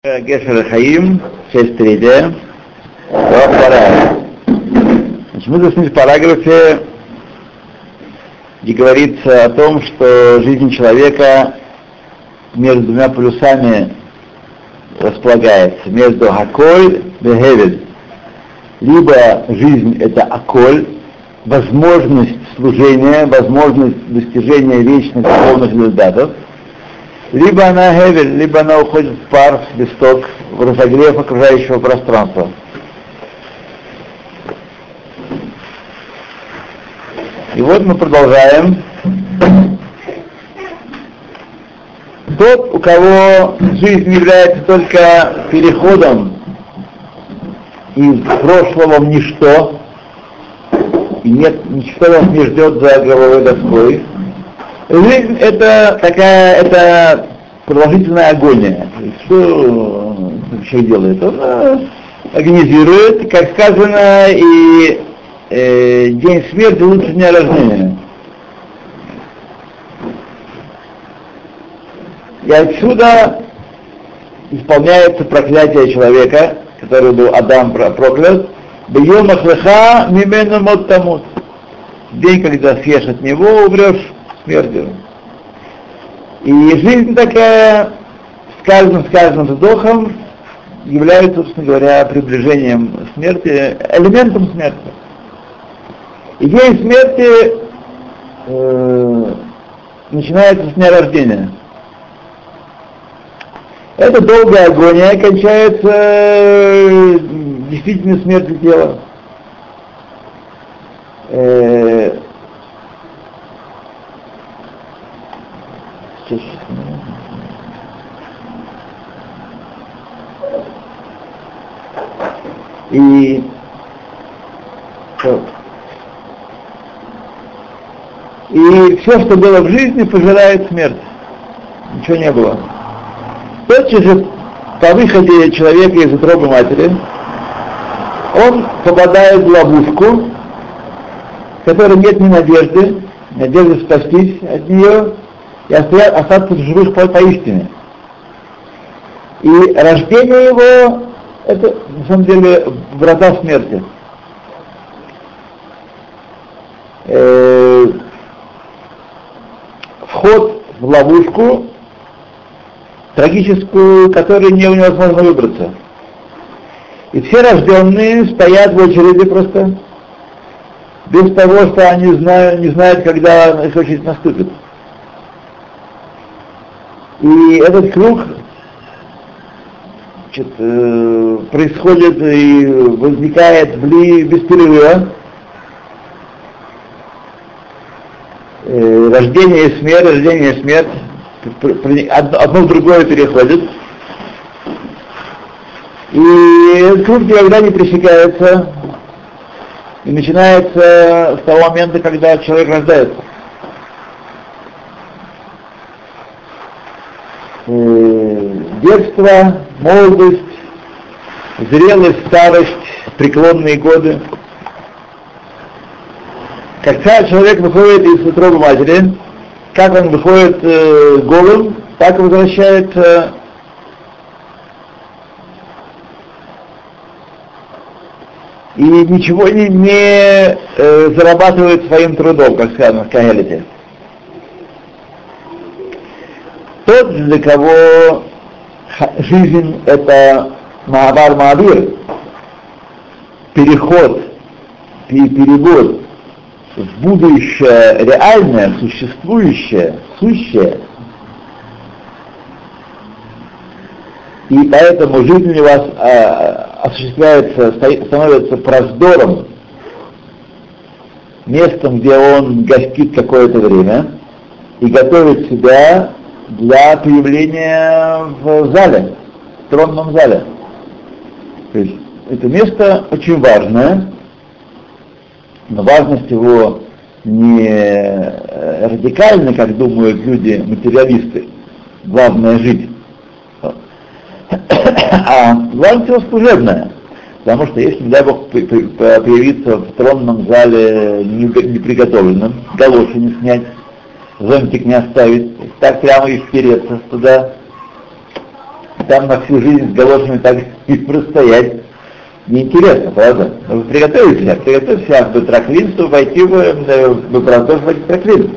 Гешер Хаим, часть 3, глава 2. Значит, мы зашли в параграфе, где говорится о том, что жизнь человека между двумя полюсами располагается, между Хаколь и Хевель. Либо жизнь — это Аколь, возможность служения, возможность достижения вечных духовных результатов, либо она Хевель, либо она уходит в пар, в листок, в разогрев окружающего пространства. И вот мы продолжаем. Тот, у кого жизнь является только переходом из прошлого в ничто, и нет, ничто нас не ждет за гробовой доской, жизнь — это продолжительная агония. Что человек делает? Он организирует, как сказано, и день смерти лучше дня рождения. И отсюда исполняется проклятие человека, который был Адам проклят, «Бьем ахлеха мимену мот тамут». День, когда съешь от него, умрешь смертью. И жизнь такая, с каждым вздохом, является, собственно говоря, приближением смерти, элементом смерти. И день смерти начинается с дня рождения. Это долгая агония кончается действительно смертью тела. И все, что было в жизни, пожирает смерть. Ничего не было. Тотчас же по выходе человека из утробы матери он попадает в ловушку, в которой нет ни надежды спастись от нее и остаться в живых поистине. И рождение его — это, на самом деле, врата смерти. Вход в ловушку трагическую, которой невозможно выбраться. И все рожденные стоят в очереди просто, без того, что они не знают, когда их очередь наступит. И этот круг происходит и возникает без перерыва. Рождение и смерть, одно в другое переходит. И круг никогда не пресекается, и начинается с того момента, когда человек рождается. Детство, молодость, зрелость, старость, преклонные годы. Когда человек выходит из утробы матери, как он выходит голым, так и возвращается и ничего не зарабатывает своим трудом, как сказано в Каэлите. Тот, для кого жизнь — это маавар-маавир, переход, перевод в будущее реальное, существующее, сущее, и поэтому жизнь у вас осуществляется, становится проздором, местом, где он гостит какое-то время и готовит себя для появления в зале, в тронном зале. То есть это место очень важное, но важность его не радикальна, как думают люди, материалисты, главное жить, а важность его служебная. Потому что если, не дай Бог, появиться в тронном зале неприготовленным, галоши не снять, зонтик не оставить, так прямо и впереться туда, там на всю жизнь с галошами так и простоять неинтересно, правда? Нужно приготовить себя в Бетраклин, чтобы войти в процесс в Бетраклин.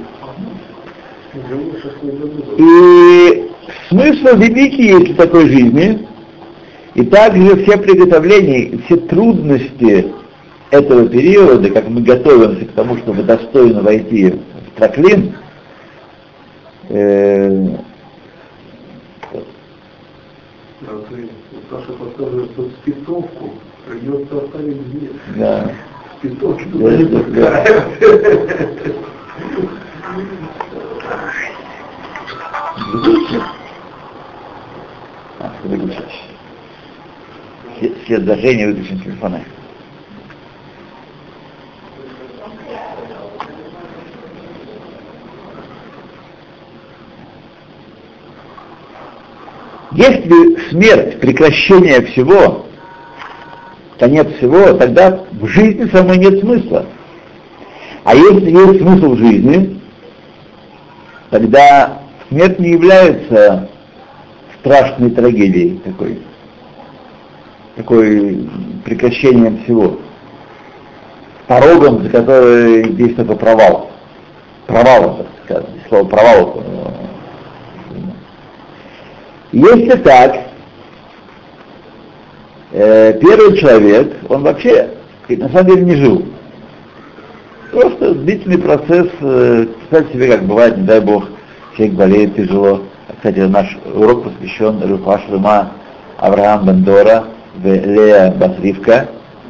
И смысл великий есть в такой жизни, и также все приготовления, все трудности этого периода, как мы готовимся к тому, чтобы достойно войти в Траклин, Саша подсказывает, что спецовку придется оставить здесь. Да. Спецовки туда не пускают. Выключить. След зажжения выключим телефоны. Если смерть, прекращение всего, конец всего, тогда в жизни самой нет смысла. А если есть смысл в жизни, тогда смерть не является страшной трагедией такой прекращением всего. Порогом, за который есть только провал. Провал, так сказать. Слово провал. Если так, первый человек, он вообще на самом деле не жил. Просто длительный процесс, представьте себе, как бывает, не дай бог, человек болеет тяжело. Кстати, наш урок посвящен Руфа Шлема Авраам бен Дора, Лея бат Ривка.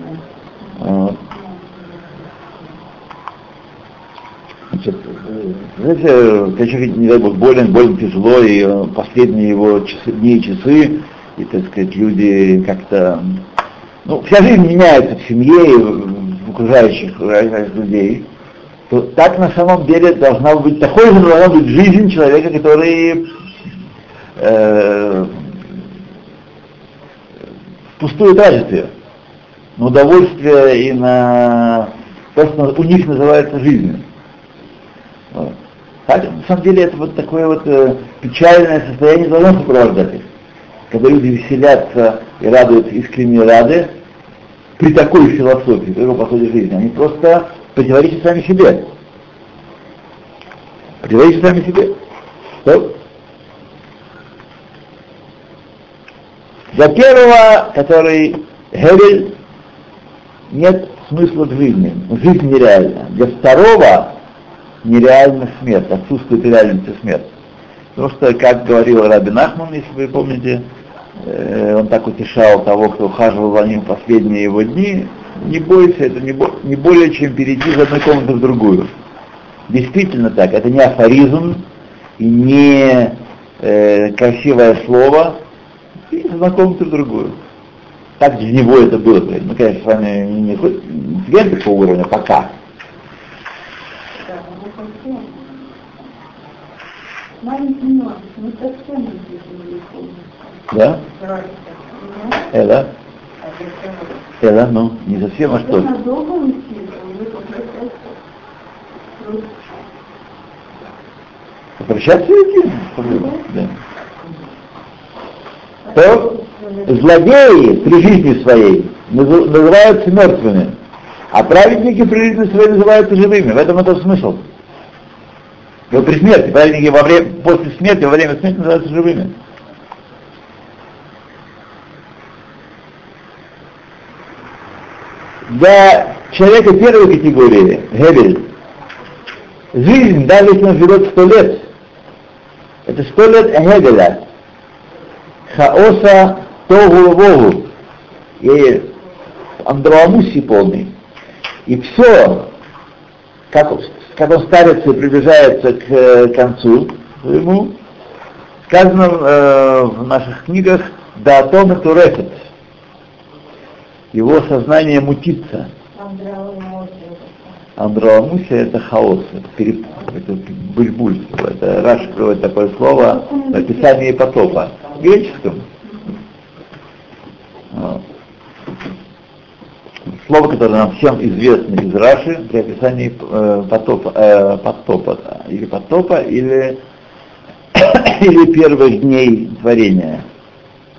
Значит, знаете, когда человек, не дай бог, болен тяжело, и последние его дни и часы, и, так сказать, люди как-то... вся жизнь меняется в семье и в окружающих людей, то так на самом деле должна быть, такой же должна быть жизнь человека, который впустую тратит ее. На удовольствие и на... То, что у них называется жизнью. Вот. Так, на самом деле это вот такое вот печальное состояние должно сопровождать их. Когда люди веселятся и радуются, искренне рады, при такой философии, при таком подходе жизни, они просто противоречат сами себе. Что? Для первого, который Гевель, нет смысла в жизни. Жизнь нереальна. Для второго нереальна смерть, отсутствует реальности смерти. Потому что, как говорил Раби Нахман, если вы помните, он так утешал того, кто ухаживал за ним в последние его дни, не бойся, это не более чем перейти из одной комнаты в другую. Действительно так, это не афоризм и не красивое слово, из одной комнаты в другую. Так для него это было. Мы, конечно, с вами не достигаем такого уровня пока. Маленький нюанс, мы совсем не видим. Да? Не совсем, а что? Надолго уйти, попрощаться идти? Да. То злодеи при жизни своей называются мертвыми, а праведники при жизни своей называются живыми. В этом это смысл. При смерти, праведники после смерти, во время смерти называются живыми. Для человека первой категории, Гевель, жизнь, даже если он живет 100 лет, это 100 лет Гевеля, хаоса тогу-вогу, и андроамусии полный. И все, как он старится и приближается к концу своему, сказано в наших книгах «Даатон и турефет». Его сознание мутится. Андроамусия — это хаос, это бульбульство. Это Раши приводит такое слово в описании потопа. В греческом. Слово, которое нам всем известно из Раши при описании потопа, или первых дней творения.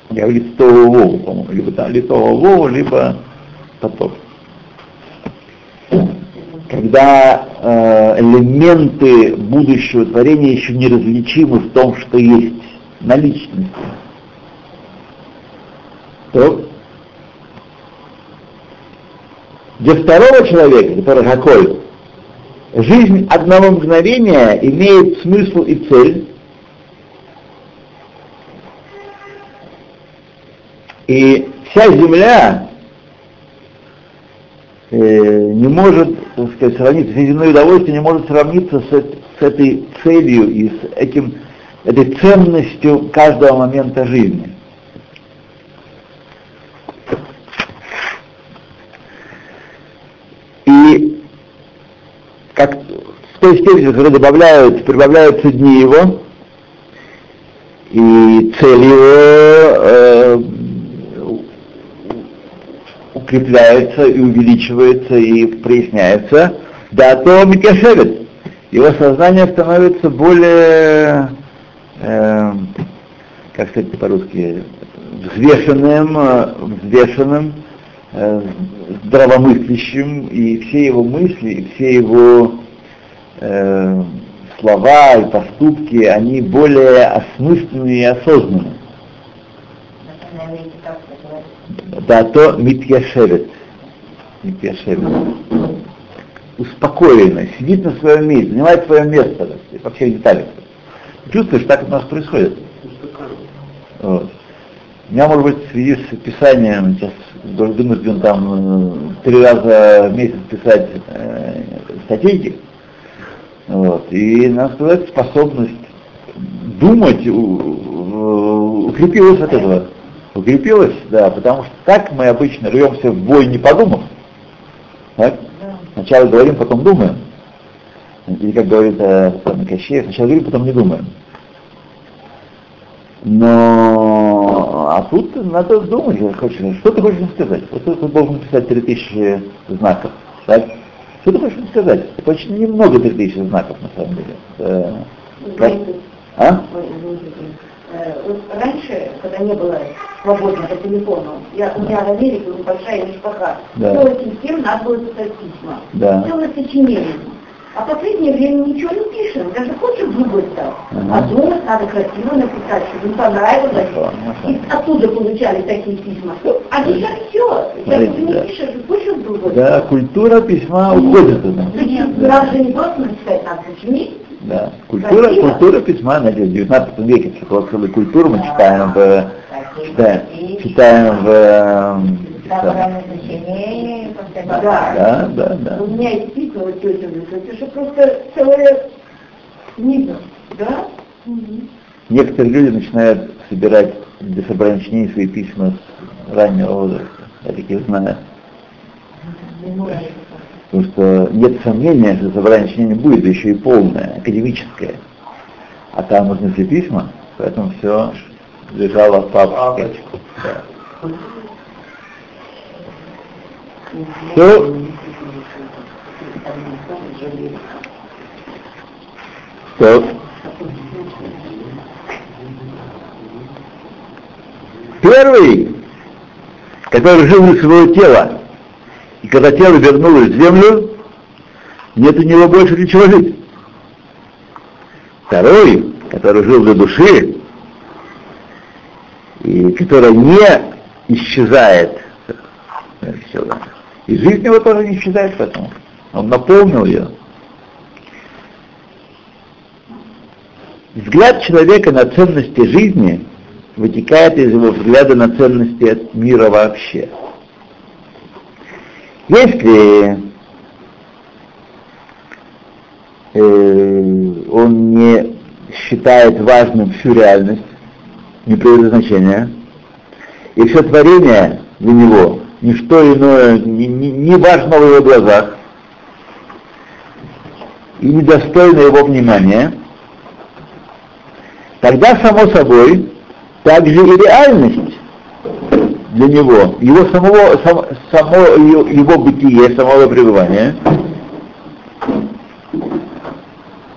Я в литового Вову, по-моему, либо там литового Вову, либо потоп. Когда элементы будущего творения еще не различимы в том, что есть наличности. То для второго человека, который Хаколь, жизнь одного мгновения имеет смысл и цель, и вся земля не может, так сказать, сравниться, все земное удовольствие не может сравниться с этой целью и с этой ценностью каждого момента жизни. И как в той степени, которые прибавляются дни его, и цель его укрепляется и увеличивается и проясняется, да то микашевит. Его сознание становится более, как сказать по-русски, взвешенным, здравомыслящим, и все его мысли, и все его слова и поступки, они более осмысленные и осознанные. Да, то митьяшевет. Успокоенно, сидит на своем месте, занимает свое место во всех деталях. Чувствуешь, так у нас происходит. Вот. У меня, может быть, в связи с писанием, сейчас вынужден там 3 раза в месяц писать статейки, вот, и, надо сказать, способность думать укрепилась от этого. Укрепилась, да, потому что так мы обычно рвемся в бой, не подумав. Так? Сначала говорим, потом думаем. Или, как говорит Кощеев, сначала говорим, потом не думаем. Но, а тут надо думать, что ты хочешь сказать? Вот ты должен написать 3000 знаков, так? Что ты хочешь сказать? Это очень немного 3000 знаков, на самом деле. Вот раньше, когда не было свободно по телефону, у меня в Америке большая мишпаха, очень всем надо было писать письма. Целое сочинение. А в последнее время ничего не пишем, даже хочешь другой стал. А думать надо красиво написать, чтобы им понравилось. И оттуда получали такие письма. А сейчас все. Сейчас ты не пишешь, хочешь другой. Да, культура письма уходит туда. Раз же не просто написать, надо сочинить. Да, культура письма, знаете, в 19 веке целую культуру мы читаем Да. У меня есть письма, вот тетя, это же просто целая книга, да? Некоторые люди начинают собирать для собрания сочинений свои письма с раннего возраста, я таких знаю. Потому что нет сомнения, что собрание сочинений будет, да еще и полное, академическое. А там нужны все письма, поэтому все лежало в папке. Да. Что? Первый, который жил из своего тела, и когда тело вернулось в землю, нет у него больше для чего жить. Второй, который жил для души, и который не исчезает, и жизнь его тоже не исчезает, поэтому он наполнил ее. Взгляд человека на ценности жизни вытекает из его взгляда на ценности мира вообще. Если он не считает важным всю реальность, не придает значения, и все творение для него ничто иное не важно в его глазах и недостойно его внимания, тогда, само собой, также и реальность для него, его бытие, самого пребывания,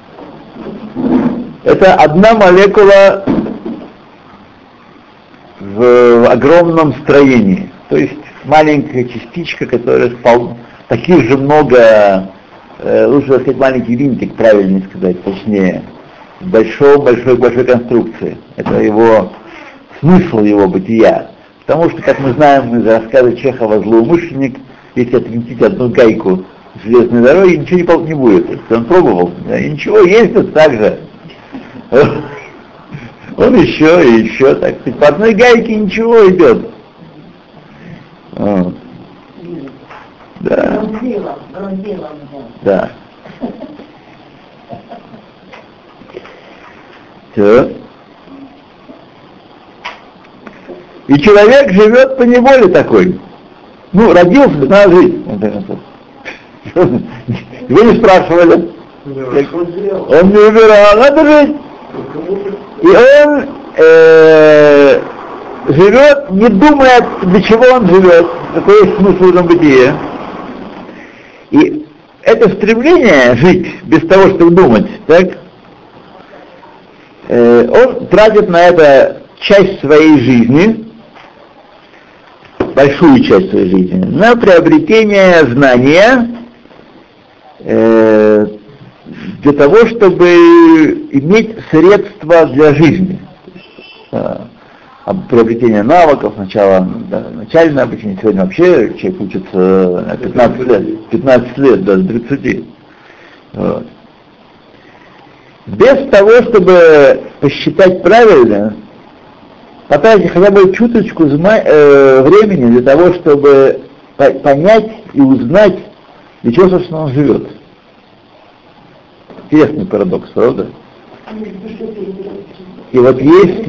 это одна молекула в в огромном строении. То есть маленькая частичка, которая таких же много, лучше сказать маленький винтик, правильнее сказать, точнее, большой конструкции. Это его смысл его бытия. Потому что, как мы знаем из рассказа Чехова «Злоумышленник», если отвинтить одну гайку железной дороги, ничего не будет. Он пробовал, и ничего, ездит так же. Он еще и еще, так сказать, по одной гайке ничего идет. Да. Да. Все. И человек живет по неволе такой. Ну, родился, надо жить. Его не спрашивали. Он не выбирал, надо жить. И он живет, не думая, для чего он живет, какой есть смысл в этом бытии. И это стремление жить без того, чтобы думать, так, он тратит на это часть своей жизни, большую часть своей жизни, на приобретение знания, для того, чтобы иметь средства для жизни. Приобретение навыков, сначала начальное обучение, сегодня вообще человек учится 15 лет, даже 30. Вот. Без того, чтобы посчитать правильно, потратить хотя бы чуточку времени для того, чтобы понять и узнать, для чего, собственно, он живет. Интересный парадокс, правда? И вот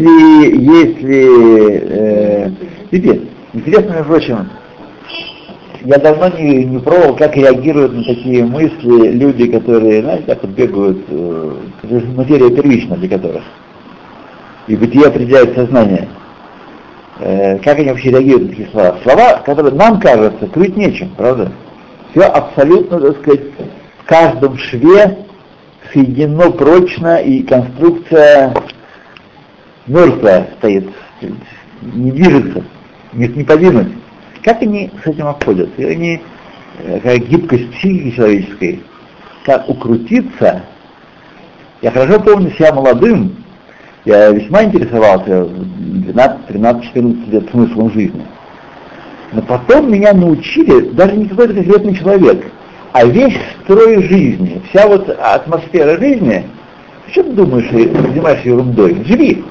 видите, интересно, между прочим, я давно не пробовал, как реагируют на такие мысли люди, которые, знаете, так вот бегают, материя первична для которых, и бытие определяет сознание. Как они вообще реагируют на такие слова? Слова, которые нам кажется, крыть нечем, правда? Все абсолютно, так сказать, в каждом шве соединено прочно, и конструкция мертвая стоит, не движется, не подвинуть. Как они с этим обходят? Они, какая гибкость психики человеческой, как укрутиться. Я хорошо помню себя молодым, я весьма интересовался 12, 13, 14 лет смыслом жизни. Но потом меня научили, даже не какой-то конкретный человек, а весь строй жизни, вся вот атмосфера жизни. Что ты думаешь, занимаешься ерундой? Живи.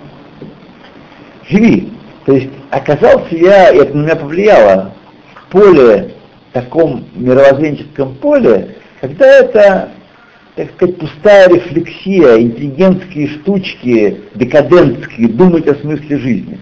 То есть оказался я, и это на меня повлияло, в поле, таком мировоззренческом поле, когда это, так сказать, пустая рефлексия, интеллигентские штучки, декадентские, думать о смысле жизни.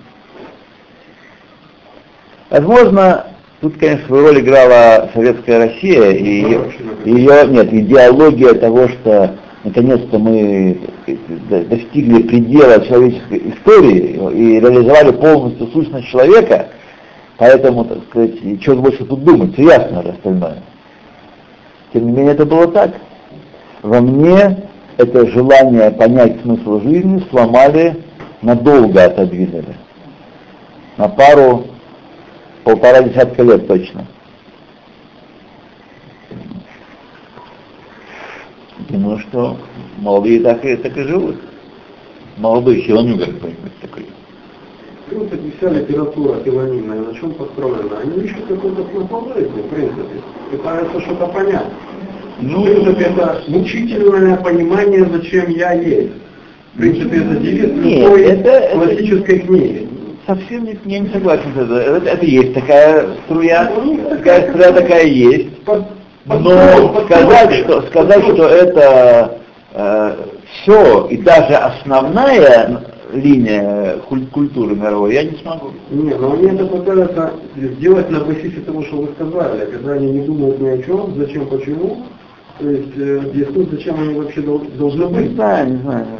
Возможно, тут, конечно, свою роль играла советская Россия и ее идеология того, что наконец-то мы достигли предела человеческой истории и реализовали полностью сущность человека, поэтому, так сказать, что больше тут думать, все ясно же остальное. Тем не менее, это было так. Во мне это желание понять смысл жизни сломали, надолго отодвинули. На полтора десятка лет точно. Думаю, что молодые так и живут. Молодой хилонюга какой-нибудь такой. Вот эта вся литература филонимная, на чем построена? Они ищут какой-то смысловой, в принципе. Пытаются что-то понять. В принципе, это мучительное понимание, зачем я есть. В принципе, это девиз любой классической книги. Совсем я не согласен с этим. Это есть такая струя, такая есть. Но сказать, что это все и даже основная линия культуры мировой, я не смогу. Нет, но они это пытаются сделать на базисе того, что вы сказали, когда они не думают ни о чем, зачем, почему. То есть объяснить, зачем они вообще должны быть. Не знаю.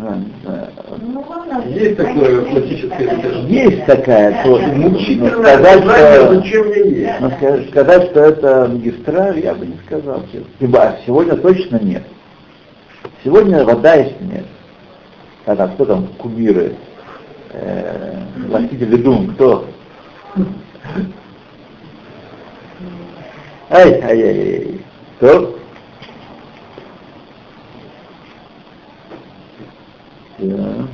Есть такое классическое литература? Есть такая. Сказать, что это магистраль, я бы не сказал. Сегодня точно нет. Сегодня вода есть нет. Кто там кумиры? властитель дум, кто? Ай. Кто? Да.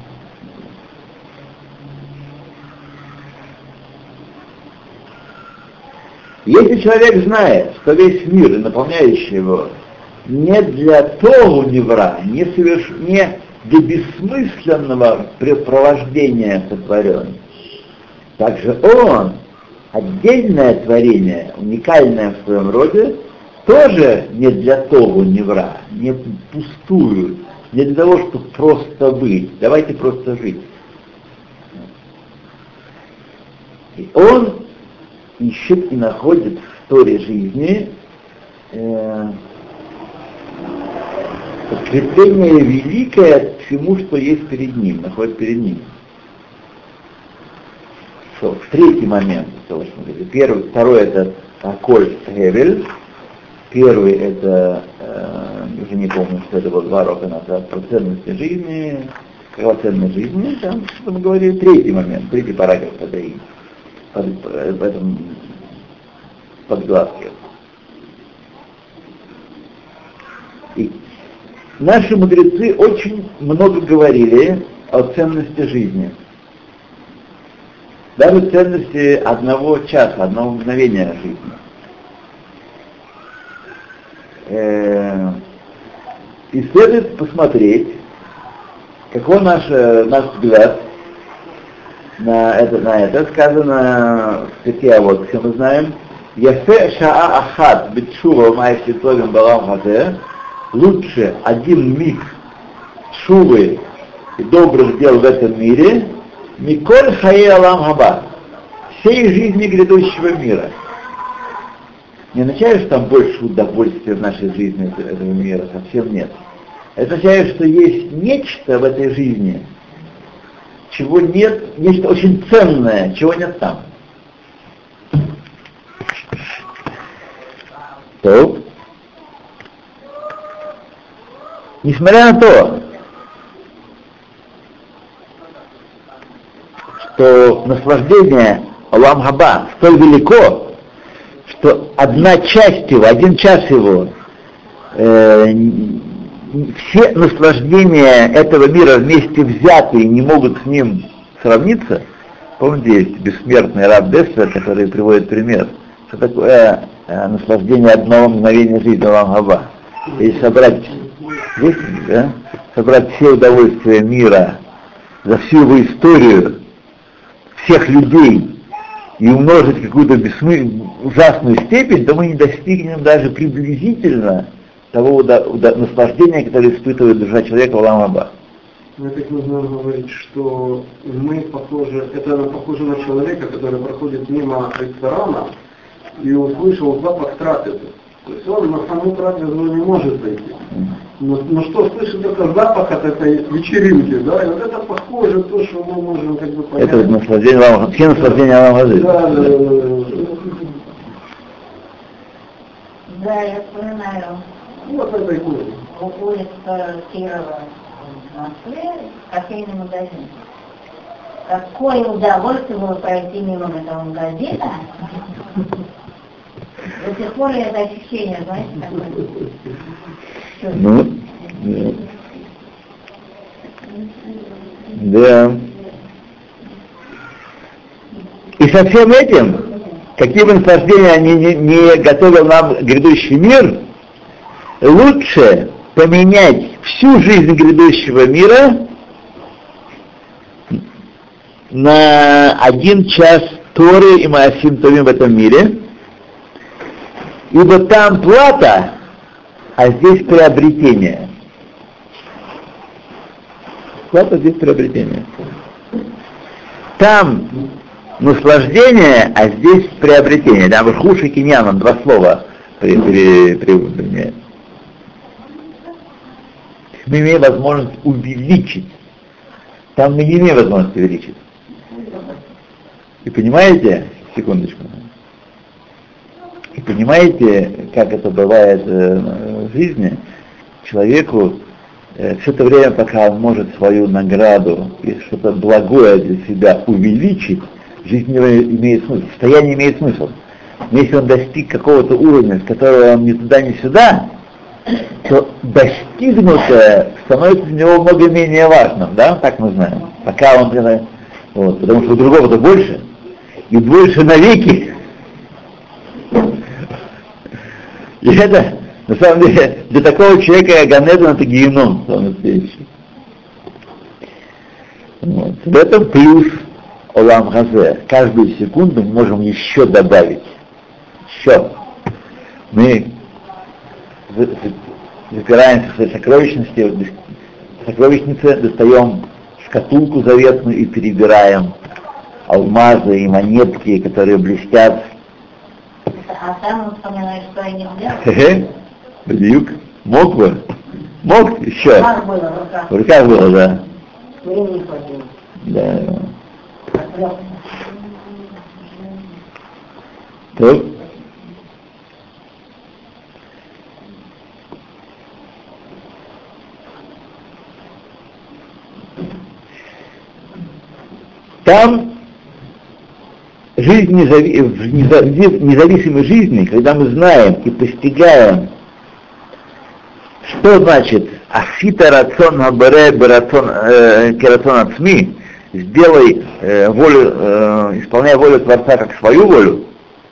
Если человек знает, что весь мир, наполняющий его, не для того невра, не для бессмысленного провождения сотворен, также он, отдельное творение, уникальное в своем роде, тоже не для того невра, не пустую, не для того, чтобы просто быть. Давайте просто жить. И он ищет и находит в Торе жизни подкрепление великое всему, что есть перед ним, находит перед ним. Что, третий момент, того, что мы говорили. Второй это Коль Хевель. Первый это, уже не помню, что это было 2 рока назад, про ценности жизни, какова ценность жизни, там, что мы говорили. Третий момент, третий параграф в этом подгласке. И наши мудрецы очень много говорили о ценности жизни. Даже ценности одного часа, одного мгновения жизни. И следует посмотреть, какой наш взгляд на это сказано в статье, вот, все мы знаем, «Яфе шаа ахад битшува майси товим балам хазе», лучше один миг шувы и добрых дел в этом мире, миколь хаи алам хаба, всей жизни грядущего мира. Не означает, что там больше удовольствия в нашей жизни этого мира, совсем нет. Это означает, что есть нечто в этой жизни, чего нет, нечто очень ценное, чего нет там. То, несмотря на то, что наслаждение Олам Хаба столь велико, что одна часть его, один час его, все наслаждения этого мира вместе взятые не могут с ним сравниться. Помните, есть бессмертный Рав Деслер, который приводит пример, что такое наслаждение одного мгновения жизни Олам Хаба. Если собрать все удовольствия мира за всю его историю, всех людей, и умножить какую-то ужасную степень, то мы не достигнем даже приблизительно того наслаждения, которое испытывает душа человека в Олам Хаба. Так нужно говорить, что мы похожи, это похоже на человека, который проходит мимо ресторана и услышал запах трапезы. То есть он на саму трапезу не может зайти. Но что слышит это запах от этой вечеринки, да, и вот это похоже на то, что мы можем как бы понять. Это наслаждение все наслаждения Олам Хабы. Да, я вспоминаю. Вот это и будет. Улица Кирова в Москве, кофейный магазин. Какое удовольствие было пройти мимо этого магазина. До сих пор это ощущение, знаете, такое. Ну, да. И со всем этим, какие бы наслаждения они не готовил нам грядущий мир, лучше поменять всю жизнь грядущего мира на 1 час Торы и Маасим Товим в этом мире, ибо там плата, а здесь приобретение. Плата, здесь приобретение. Там наслаждение, а здесь приобретение. Там Рхуш и Киньян, 2 слова применяют. Мы имеем возможность увеличить. Там мы не имеем возможности увеличить. И понимаете, секундочку, и понимаете, как это бывает в жизни, человеку все это время, пока он может свою награду и что-то благое для себя увеличить, жизнь имеет смысл, состояние имеет смысл. Но если он достиг какого-то уровня, с которого он ни туда, ни сюда, то достигнутое становится для него много менее важным, да, так мы знаем. Пока он, вот, потому что у другого-то больше, и больше навеки. И это, на самом деле, для такого человека Ганедон это геном, самый настоящий. Вот. В этом плюс Олам Хазе. Каждую секунду мы можем еще добавить. Еще. Мы запираемся в своей сокровищнице, достаем шкатулку заветную и перебираем алмазы и монетки, которые блестят. А сам он вспоминает, что я не сделал? Бадиюк. Мог бы? Мог еще? В руках было, да. Времени не хватило. Да. Так. Там жизнь в независимой жизни, когда мы знаем и постигаем, что значит «Асита рацион хабаре барацион керацион ацми», сделай волю, исполняй волю Творца как свою волю,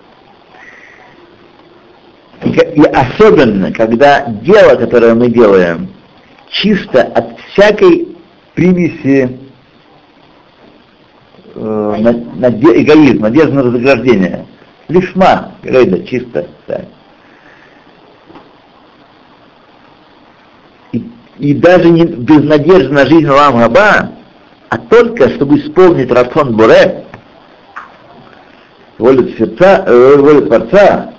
и особенно, когда дело, которое мы делаем, чисто от всякой примеси эгоизм, надежда на вознаграждение. Лишма, рейда, чисто. Да. И даже не без надежды на жизнь Олам Хаба, а только чтобы исполнить рацион Боре, волю Творца,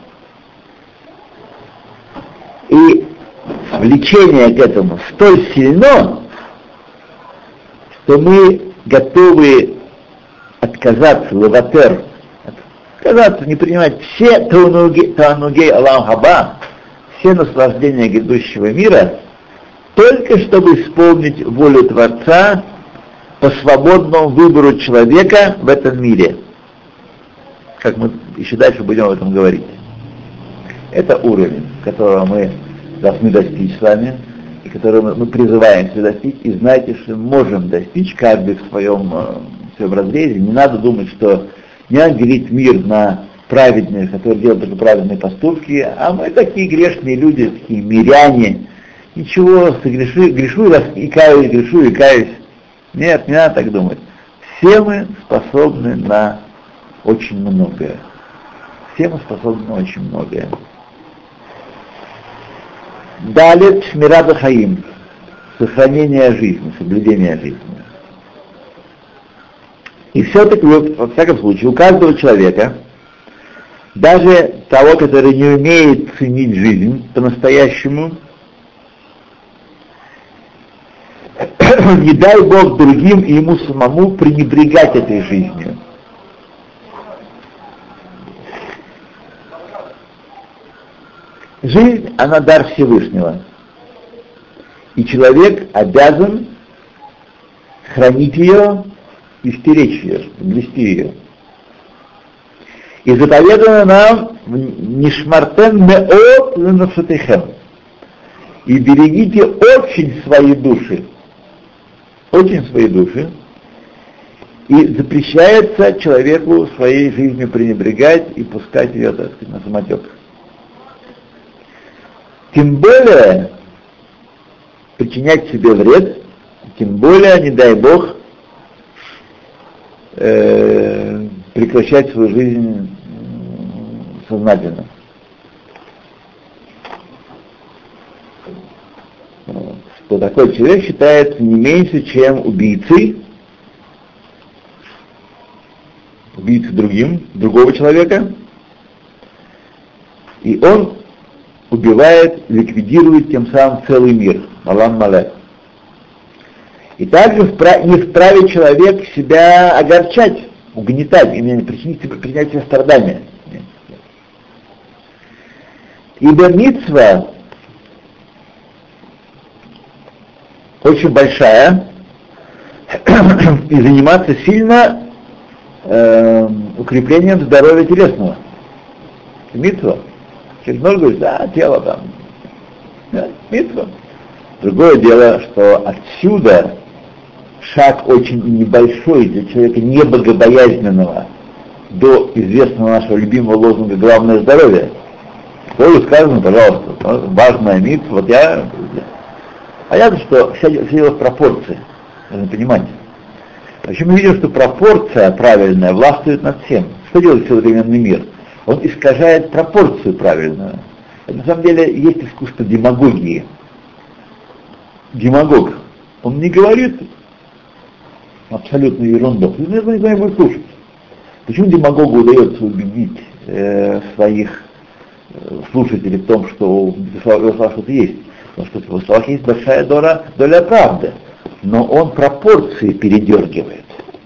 и влечение к этому столь сильно, что мы готовы отказаться, лаватер, отказаться, не принимать все таанугей Олам Хаба, все наслаждения грядущего мира, только чтобы исполнить волю Творца по свободному выбору человека в этом мире. Как мы еще дальше будем об этом говорить. Это уровень, которого мы должны достичь с вами, и которого мы призываемся достичь, и знаете, что мы можем достичь, каждый в своем разрезе. Не надо думать, что не надо делить мир на праведных, которые делают только праведные поступки, а мы такие грешные люди, такие миряне. Ничего, грешу и каюсь, грешу и каюсь. Нет, не надо так думать. Все мы способны на очень многое. Все мы способны на очень многое. Далее шмират хаим, сохранение жизни, соблюдение жизни. И все-таки, во всяком случае, у каждого человека, даже того, который не умеет ценить жизнь по-настоящему, не дай Бог другим и ему самому пренебрегать этой жизнью. Жизнь, она дар Всевышнего. И человек обязан хранить ее и стеречь ее, блести ее. И заповедано нам «Нишмартен меот ленафшатейхем». И берегите очень свои души. Очень свои души. И запрещается человеку своей жизнью пренебрегать и пускать ее, так сказать, на самотек. Тем более причинять себе вред, тем более, не дай Бог, прекращать свою жизнь сознательно. Что такой человек считается не меньше, чем убийцей другого человека, и он убивает, ликвидирует тем самым целый мир. Малам мале. И также не вправе человек себя огорчать, угнетать, именно причинять себе страдания. Ибо мицва очень большая, и заниматься сильно укреплением здоровья телесного. Митва. Через много говорит, да, тело там. Да, митва. Другое дело, что отсюда шаг очень небольшой для человека небогобоязненного до известного нашего любимого лозунга «Главное здоровье». Тоже сказано, пожалуйста, важная митва. Вот понятно, что все дело в пропорции, нужно понимать. Вообще мы видим, что пропорция правильная властвует над всем. Что делает современный мир? Он искажает пропорцию правильную. Это, на самом деле есть искусство демагогии. Демагог, он не говорит абсолютную ерунду. Никто не будет слушать. Почему демагогу удается убедить своих слушателей в том, что в его словах что-то есть? Потому что в его словах есть большая доля правды. Но он пропорции передергивает.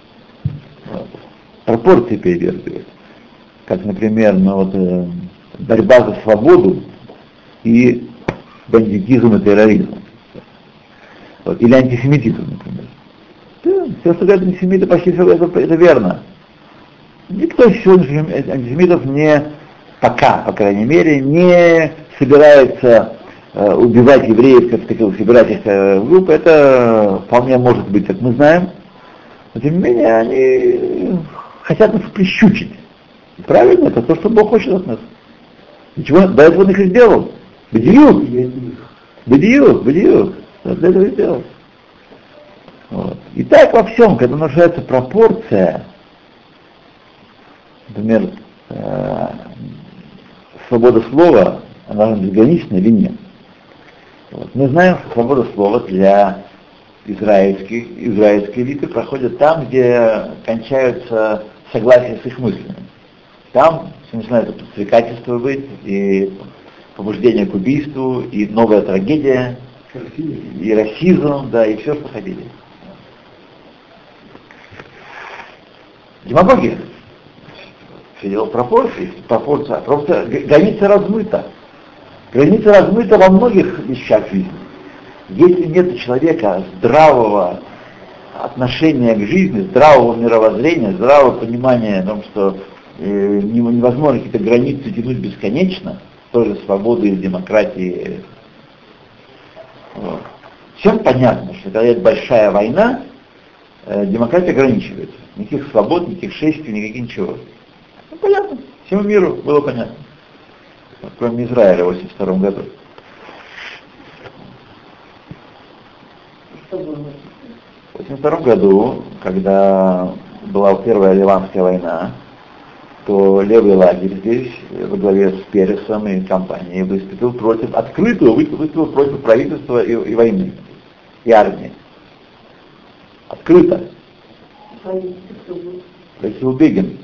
Пропорции передергивает. Как, например, борьба за свободу и бандитизм и терроризм. Или антисемитизм, например. Да, все, что говорят антисемиты, почти все это верно. Никто из сегодняшних антисемитов пока, по крайней мере, не собирается убивать евреев, собирать их в группы. Это вполне может быть, как мы знаем. Но тем не менее, они хотят нас прищучить. И правильно, это то, что Бог хочет от нас. Ничего, до этого он их и сделал. Бедиюк. Для этого и сделал. Вот. И так во всем, когда нарушается пропорция, например, свобода слова, она должна быть безгранична или нет. Вот. Мы знаем, что свобода слова для израильской элиты проходит там, где кончаются согласия с их мыслями. Там все начинает подстрекательство быть, и побуждение к убийству, и новая трагедия, и расизм, да, и все, что хотели. Демагогия. Все дело в пропорции. Просто граница размыта. Граница размыта во многих вещах жизни. Если нет у человека здравого отношения к жизни, здравого мировоззрения, здравого понимания о том, что невозможно какие-то границы тянуть бесконечно, тоже свободы и демократии. Вот. Всем понятно, что когда есть большая война, демократия ограничивается. Никаких свобод, никаких шествий, никаких ничего. Ну, понятно. Всему миру было понятно. Кроме Израиля в 1982 году. Что было? В 1982 году, когда была Первая Ливанская война, то левый лагерь здесь, во главе с Пересом и компанией, выступил против правительства и войны, и армии. Открыто. Правительство Бегин.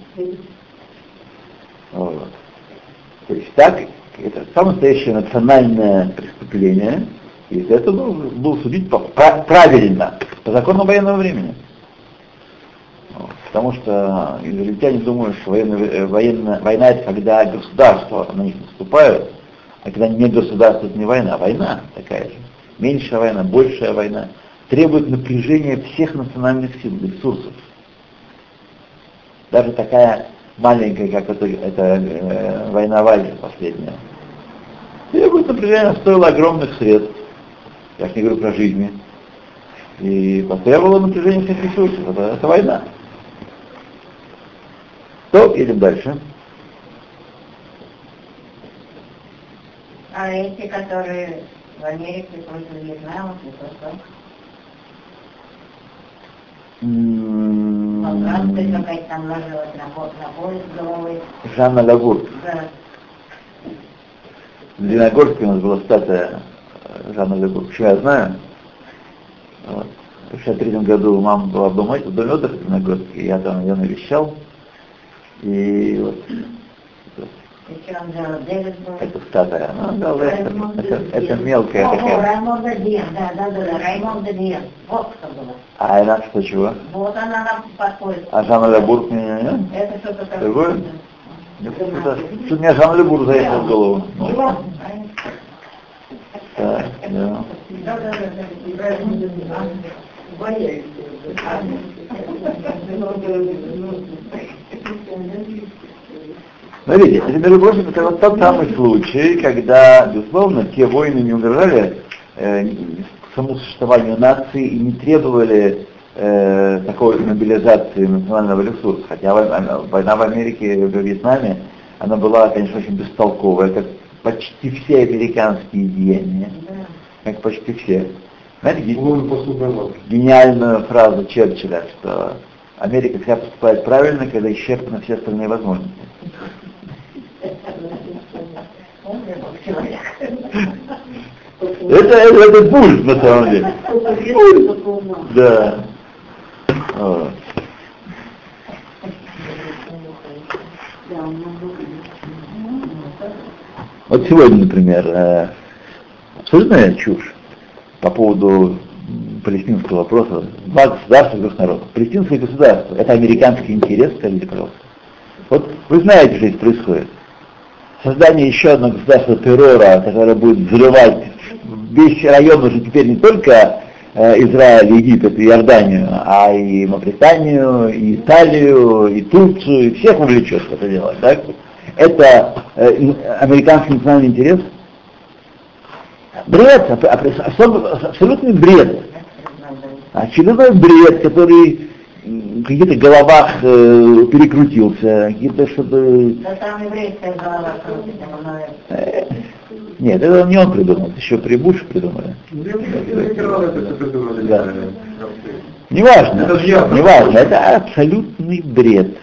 Вот. То есть так, это самое настоящее национальное преступление, и за это было судить правильно, по закону военного времени. Потому что израильтяне думают, что война это когда государства на них наступают, а когда не государство, это не война, а война такая же. Меньшая война, большая война. Требует напряжения всех национальных сил, ресурсов. Даже такая маленькая, как эта война в Азии последняя. Требует напряжения, стоило огромных средств. Я же не говорю про жизни. И потребовало напряжения всех ресурсов. Это война. То, идем дальше. А эти, которые в Америке, против Вьетнама, это что? Франция какая-то там ложилась на пояс головой. Жанна Лагур. Да. В Леногорске у нас была статуя Жанна Лагур. Почему я знаю? Вот. В 1963 году мама была в доме отдыха в Леногорске, я там ее навещал. И вот это статуя, это мелкая такая. Раймонда Диен, да, Раймонда Диен. Вот что было. А она что, чего? Вот она нам подходит. А Жанна Лагур не? Это что-то такое. Другое? Что-то мне Жанна Лагур заехал в голову. Да. Смотрите, это, между прочим, это вот тот самый случай, когда, безусловно, те войны не угрожали самому существованию нации и не требовали такой мобилизации национального ресурса. Хотя война в Америке и во Вьетнаме, она была, конечно, очень бестолковая, как почти все американские деяния, как почти все. Знаете, гениальную фразу Черчилля, что Америка всегда поступает правильно, когда исчерпаны все остальные возможности. Это пульт на самом деле. Да. Вот сегодня, например, абсолютная чушь по поводу палестинского вопроса. Два государства, двух народов. Палестинское государство — это американский интерес, скажите, пожалуйста. Вот вы знаете, что здесь происходит. Создание еще одного государства террора, которое будет взрывать весь район уже теперь не только Израиль, Египет и Иорданию, а и Мавританию, и Италию, и Турцию, и всех увлечет в это дело, так? Это американский национальный интерес? Бред, абсолютный бред. Очередной бред, который в каких-то головах перекрутился, какие-то что-то... Да там еврейская голова крутится, наверное. Нет, это не он придумал, это еще при Буше придумали. Да. Неважно, это абсолютный бред.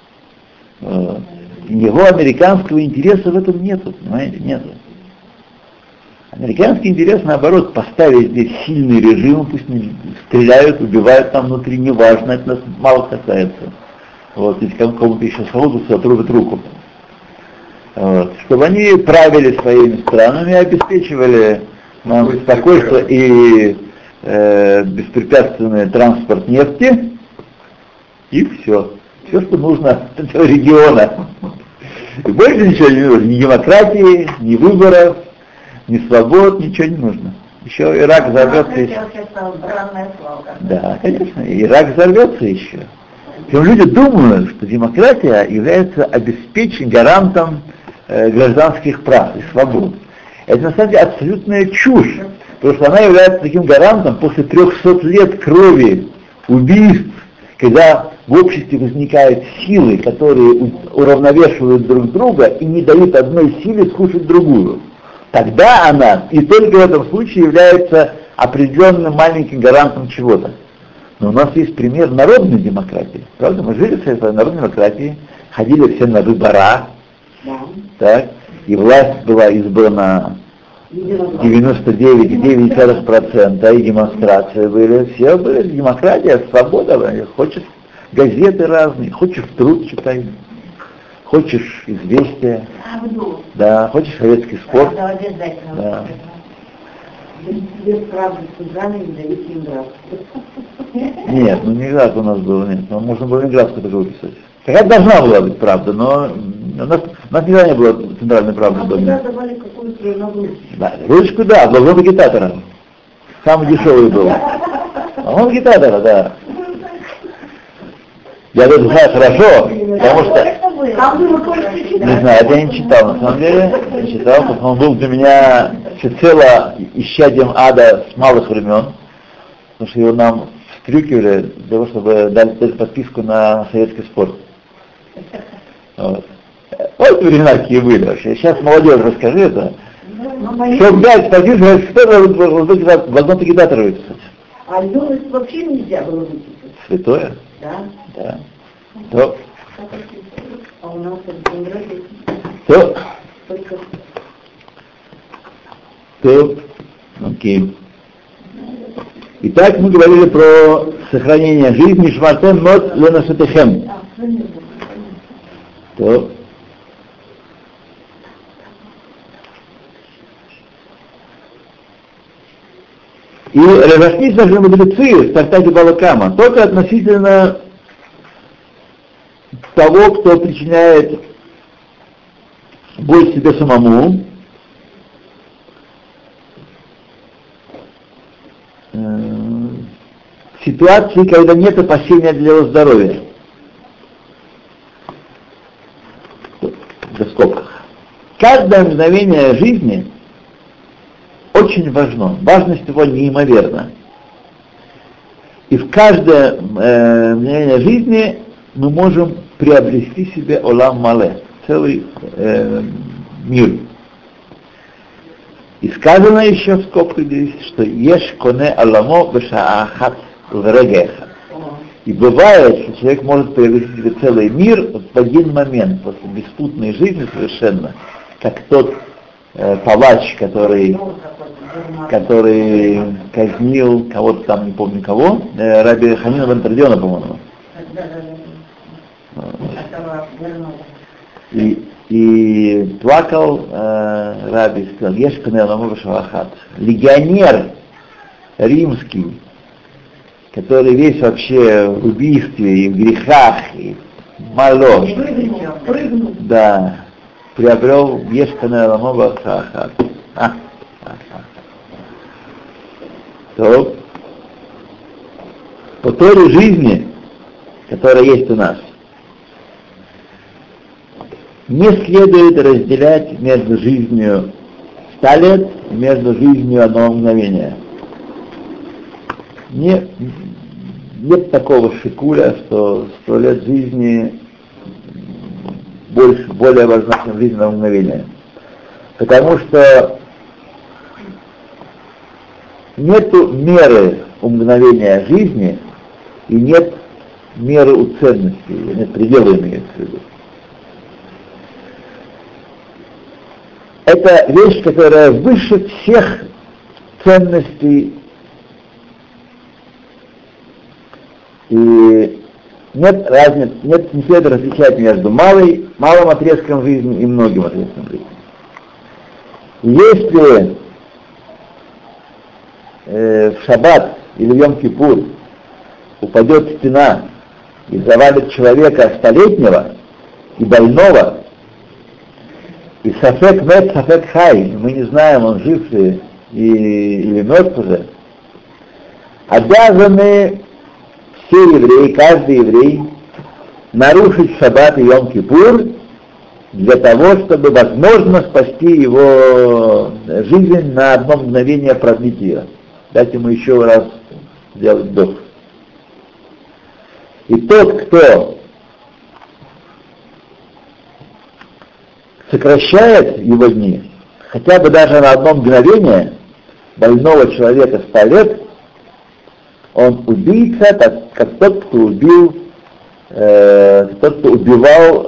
Его американского интереса в этом нету, понимаете, нету. Американский интерес, наоборот, поставить здесь сильный режим, пусть не стреляют, убивают там внутри, неважно, это нас мало касается. Вот, если кому-то еще свободу, отрубят руку. Вот, чтобы они правили своими странами, обеспечивали нам спокойствие и беспрепятственный транспорт нефти, и все. Все, что нужно от этого региона. И больше ничего не нужно, ни демократии, ни выборов, ни свобод, ничего не нужно. Еще Ирак взорвется еще. Да, конечно, Ирак взорвется еще. Причем люди думают, что демократия является обеспечением, гарантом гражданских прав и свобод. Это на самом деле абсолютная чушь, потому что она является таким гарантом после 300 лет крови, убийств, когда в обществе возникают силы, которые уравновешивают друг друга и не дают одной силе скушать другую. Тогда она и только в этом случае является определенным маленьким гарантом чего-то. Но у нас есть пример народной демократии. Правда? Мы жили в своей народной демократии, ходили все на выбора, так, и власть была избрана 99,9%, и демонстрации были. Все были демократия, свобода. Хочешь газеты разные, хочешь труд читай. Хочешь известия, да, хочешь советский спорт, да. Без правды Сузанны не даете им граф. Нет, ну не граф у нас был, нет, но можно было не граф такой писать. Какая должна была быть правда, но у нас никогда не было центральной правды в доме. Тогда давали какую-то ручку. Да, ручку, да, вагон агитатора. Самый дешевый был. Вагон агитатора, да. Я это знаю хорошо, потому что... Не знаю, это я не читал, на самом деле. Я читал, потому что он был для меня всецело исчадием ада с малых времен. Потому что его нам встрюкивали для того, чтобы дать подписку на советский спорт. Вот времена какие были вообще. Сейчас молодежь, расскажи это. Чтобы дать подписку, что вагон агитатора выписать. А юность вообще нельзя было выписать. Святое? Да. Да. То. А у нас это не нравится. То. Только. То. Окей. Итак, мы говорили про сохранение жизни Шмартен Мот Ленашетехем. То. И разошлись наши мудрецы в трактате Балакама только относительно того, кто причиняет боль себе самому, ситуации, когда нет опасения для его здоровья. В скобках. Каждое мгновение жизни очень важно. Важность его неимоверна. И в каждое мгновение жизни мы можем приобрести себе олам мале, целый мир. И сказано еще в скобках здесь, что еш коне аламо бешаахат врегеха. И бывает, что человек может приобрести себе целый мир в один момент, после беспутной жизни совершенно, как тот палач, который казнил кого-то там, не помню кого, Раби Ханина бен Тардиона, по-моему. И плакал Раби, сказал, еш коне аламо бешаахат. Легионер римский, который весь вообще в убийстве и в грехах, и мало, да, приобрел ешканая ламова сахар. То по той жизни, которая есть у нас, не следует разделять между жизнью 100 лет и между жизнью одного мгновения. Нет такого шикуля, что 100 лет жизни более важно, чем жизнь на мгновение. Потому что нету меры у мгновения жизни и нет меры у ценности, нет предела, имеется в виду. Это вещь, которая выше всех ценностей. И нет разницы, не следует различать между малым отрезком жизни и многим отрезком жизни. Если в шаббат или в Йом-Кипур упадет стена и завалит человека столетнего и больного, и сафек мет, сафек хай, мы не знаем, он жив ли или мертв уже, обязаны все евреи, каждый еврей, нарушить шаббат и Йом-Кипур для того, чтобы возможно спасти его жизнь на одно мгновение, продлить ее. Дать ему еще раз сделать вдох. И тот, кто сокращает его дни, хотя бы даже на одно мгновение больного человека 100 лет, он убийца, как тот, кто убивал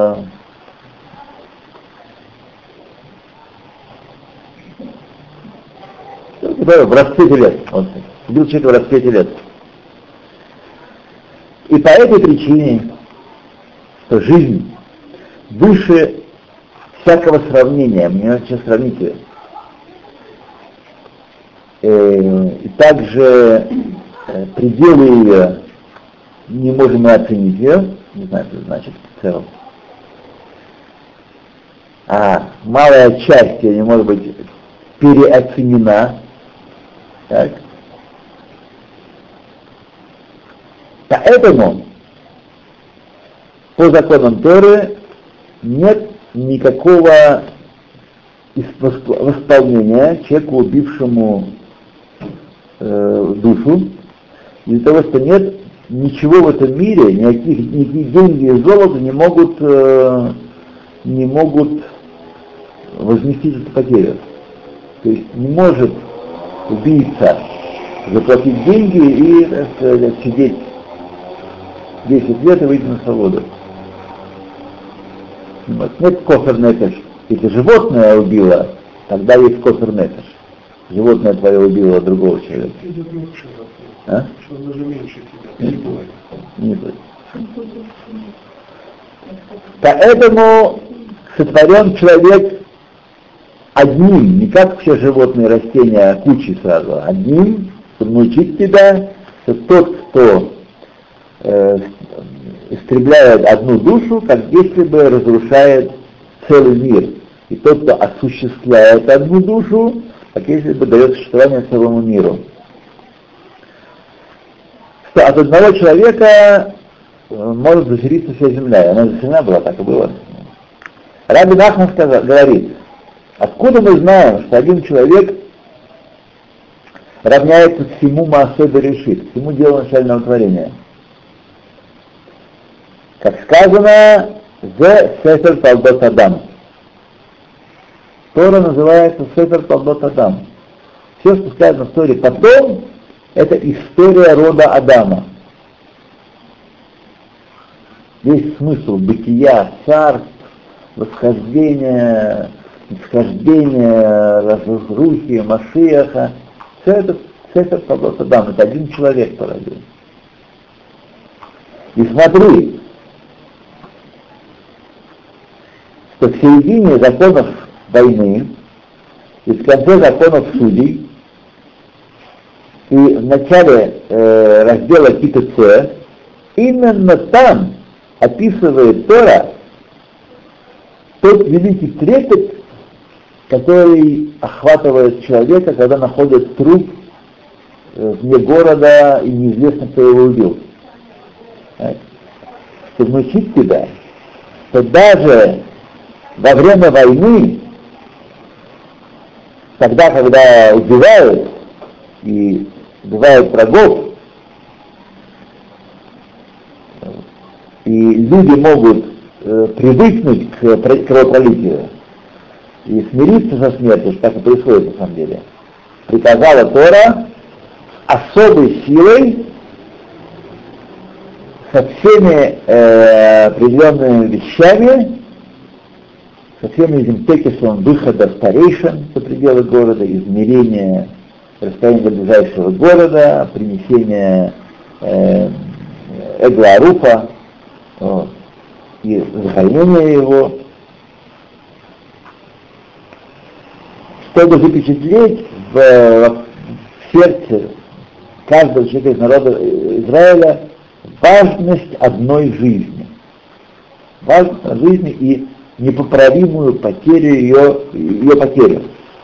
в расцвете лет. Он убил человека в расцвете лет. И по этой причине, что жизнь выше всякого сравнения, мне надо сейчас сравнить ее. И также пределы ее не можем мы оценить ее, не знаю, что это значит в целом. А малая часть ее не может быть переоценена. Так? Поэтому по законам Торы нет никакого восполнения человеку, убившему душу, из-за того, что нет ничего в этом мире, никакие деньги и золото не могут возместить эту потерю. То есть не может убийца заплатить деньги и, так сказать, сидеть 10 лет и выйти на свободу. Нет кофер нефеш. Если животное убило, тогда есть кофер нефеш. Животное твое убило другого человека. А? Что он даже меньше тебя. Не будет. Поэтому сотворен человек одним, не как все животные и растения, кучей сразу, одним, чтобы научить тебя, что тот, кто истребляет одну душу, как если бы разрушает целый мир. И тот, кто осуществляет одну душу, как если бы дает существование целому миру. что от одного человека может заселиться вся земля. Она заселена была, так и было. Раби Нахман говорит, откуда мы знаем, что один человек равняется всему Маасе Берешит, всему делу начального творения? Как сказано, «Зе Сефер Толдот Адам». Тора называется Сефер Толдот Адам. Все, что сказано в Торе потом, это история рода Адама. Весь смысл бытия, царств, восхождения, разрухи, Машиаха, все это Сефер Толдот Адам. Это один человек породил. И смотри, что в середине законов войны и в конце законов судей и в начале раздела Китце именно там описывает Тора тот великий трепет, который охватывает человека, когда находит труп вне города и неизвестно, кто его убил. Чтобы научить тебя, что даже во время войны, тогда, когда убивают и убивают врагов, и люди могут привыкнуть к кровопролитию и смириться со смертью, что так и происходит на самом деле, приказала Тора особой силой со всеми определенными вещами, со всем этим текисом выхода старейшин за пределы города, измерения расстояния до ближайшего города, принесения Эгларуфа и захоронения его, чтобы запечатлеть в сердце каждого человека из народа Израиля важность одной жизни. Важность жизни и непоправимую потерю ее потерю.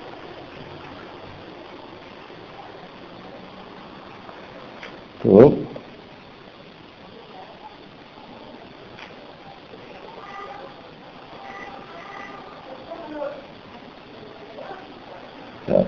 То. Так.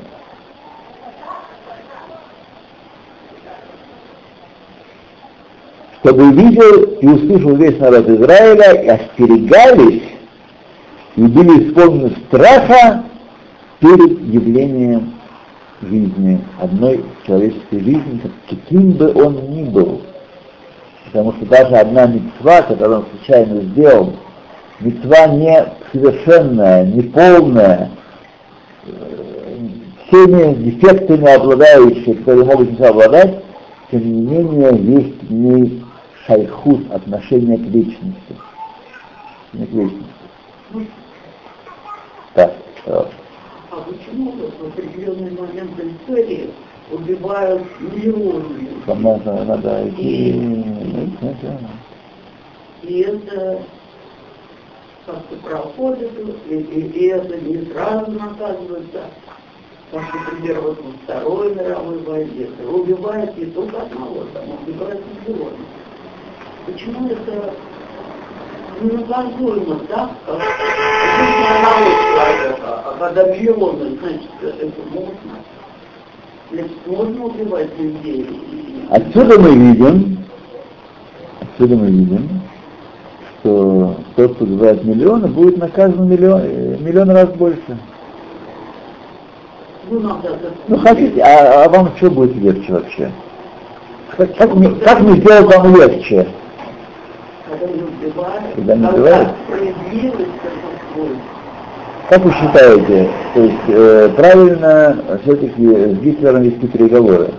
Чтобы увидел и услышал весь народ Израиля и остерегались и были исполнены страха перед явлением жизни, одной человеческой жизни, каким бы он ни был. Потому что даже одна мицва, которую он случайно сделал, мицва не совершенная, не полная, всеми дефектами обладающие, которые могут не обладать, тем не менее есть в ней шайхут, отношение к вечности. Не к вечности. Так, А почему в определенный момент в истории убивают миллионы? Надо идти. И это как-то проходит, и это не сразу наказывается. Как, например, вот во Второй мировой войне убивают не только одного, там убивают миллионы. Почему это ненаказуемо так, как жизнь одного человека, а когда миллионы, значит, это можно? Значит, можно убивать людей. Отсюда мы видим, что тот, кто убивает миллионы, будет наказан миллион раз больше. Ну хотите, а вам что будет легче вообще? Как мне сделать вам легче? Когда не убивают? Как вы считаете, то есть правильно все-таки с Гитлером вести переговоры?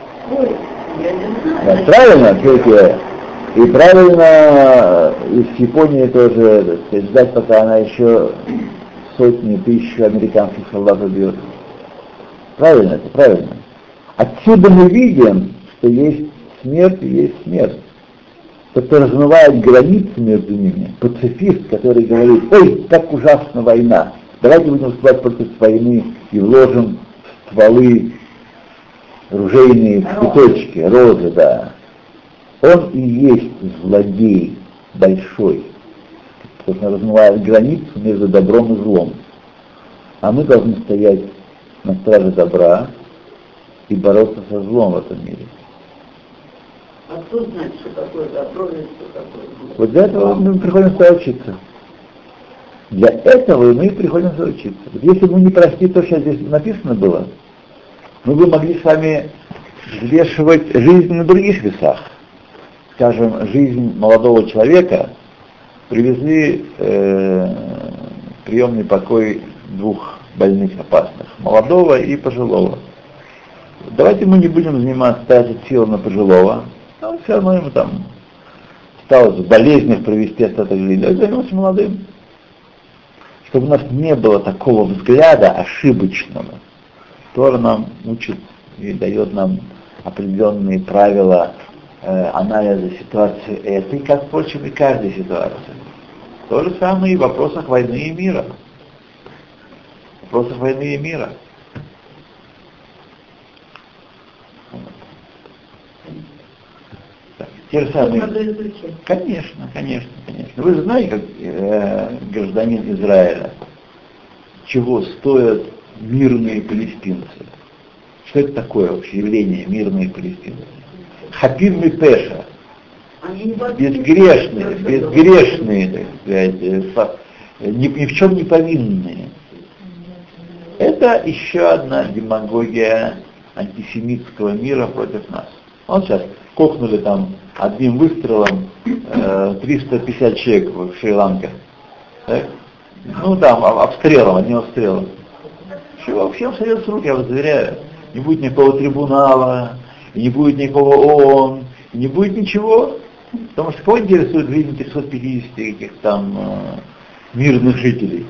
Да, правильно все-таки, и правильно и с Японией тоже ждать, пока она еще сотни тысяч американских солдат убьет. Правильно, это правильно. Отсюда мы видим, что есть смерть и есть смерть. Тот, кто размывает границы между ними, пацифист, который говорит: ой, как ужасна война, давайте будем выступать против войны и вложим стволы ружейные в цветочки, розы, да. Он и есть злодей большой, потому что он размывает границу между добром и злом. А мы должны стоять на страже добра и бороться со злом в этом мире. А кто знает, что такое добро и что такое зло? Вот для этого мы приходим сюда учиться. Для этого мы приходим сюда учиться. Вот если бы мы не прошли то, что здесь написано было, мы бы могли с вами взвешивать жизнь на других весах. Скажем, жизнь молодого человека привезли в приемный покой двух больных опасных, молодого и пожилого. Давайте мы не будем заниматься, тратить силы на пожилого, но все равно ему там осталось в болезнях провести остаток жизни, а займемся молодым. Чтобы у нас не было такого взгляда ошибочного, Тора нам учит и дает нам определенные правила анализа ситуации этой, как, впрочем, и каждой ситуации. То же самое и в вопросах войны и мира. В вопросах войны и мира. Те же самые. Конечно. Вы же знаете, как гражданин Израиля, чего стоят мирные палестинцы? Что это такое вообще явление мирные палестинцы? Хапим мипеша. Безгрешные, так сказать, ни в чем не повинные. Это еще одна демагогия антисемитского мира против нас. Он сейчас кокнули там одним выстрелом 350 человек в Шри-Ланке. Так? Ну там одним обстрелом. Всем сойдет с рук, я вас заверяю. Не будет никакого трибунала, и не будет никакого ООН, и не будет ничего. Потому что кого интересует жизнь 350 каких там мирных жителей?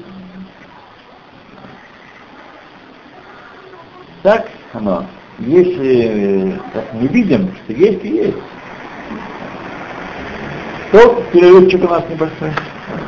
Так оно. Если мы видим, что есть и есть. То перерывчик у нас небольшой.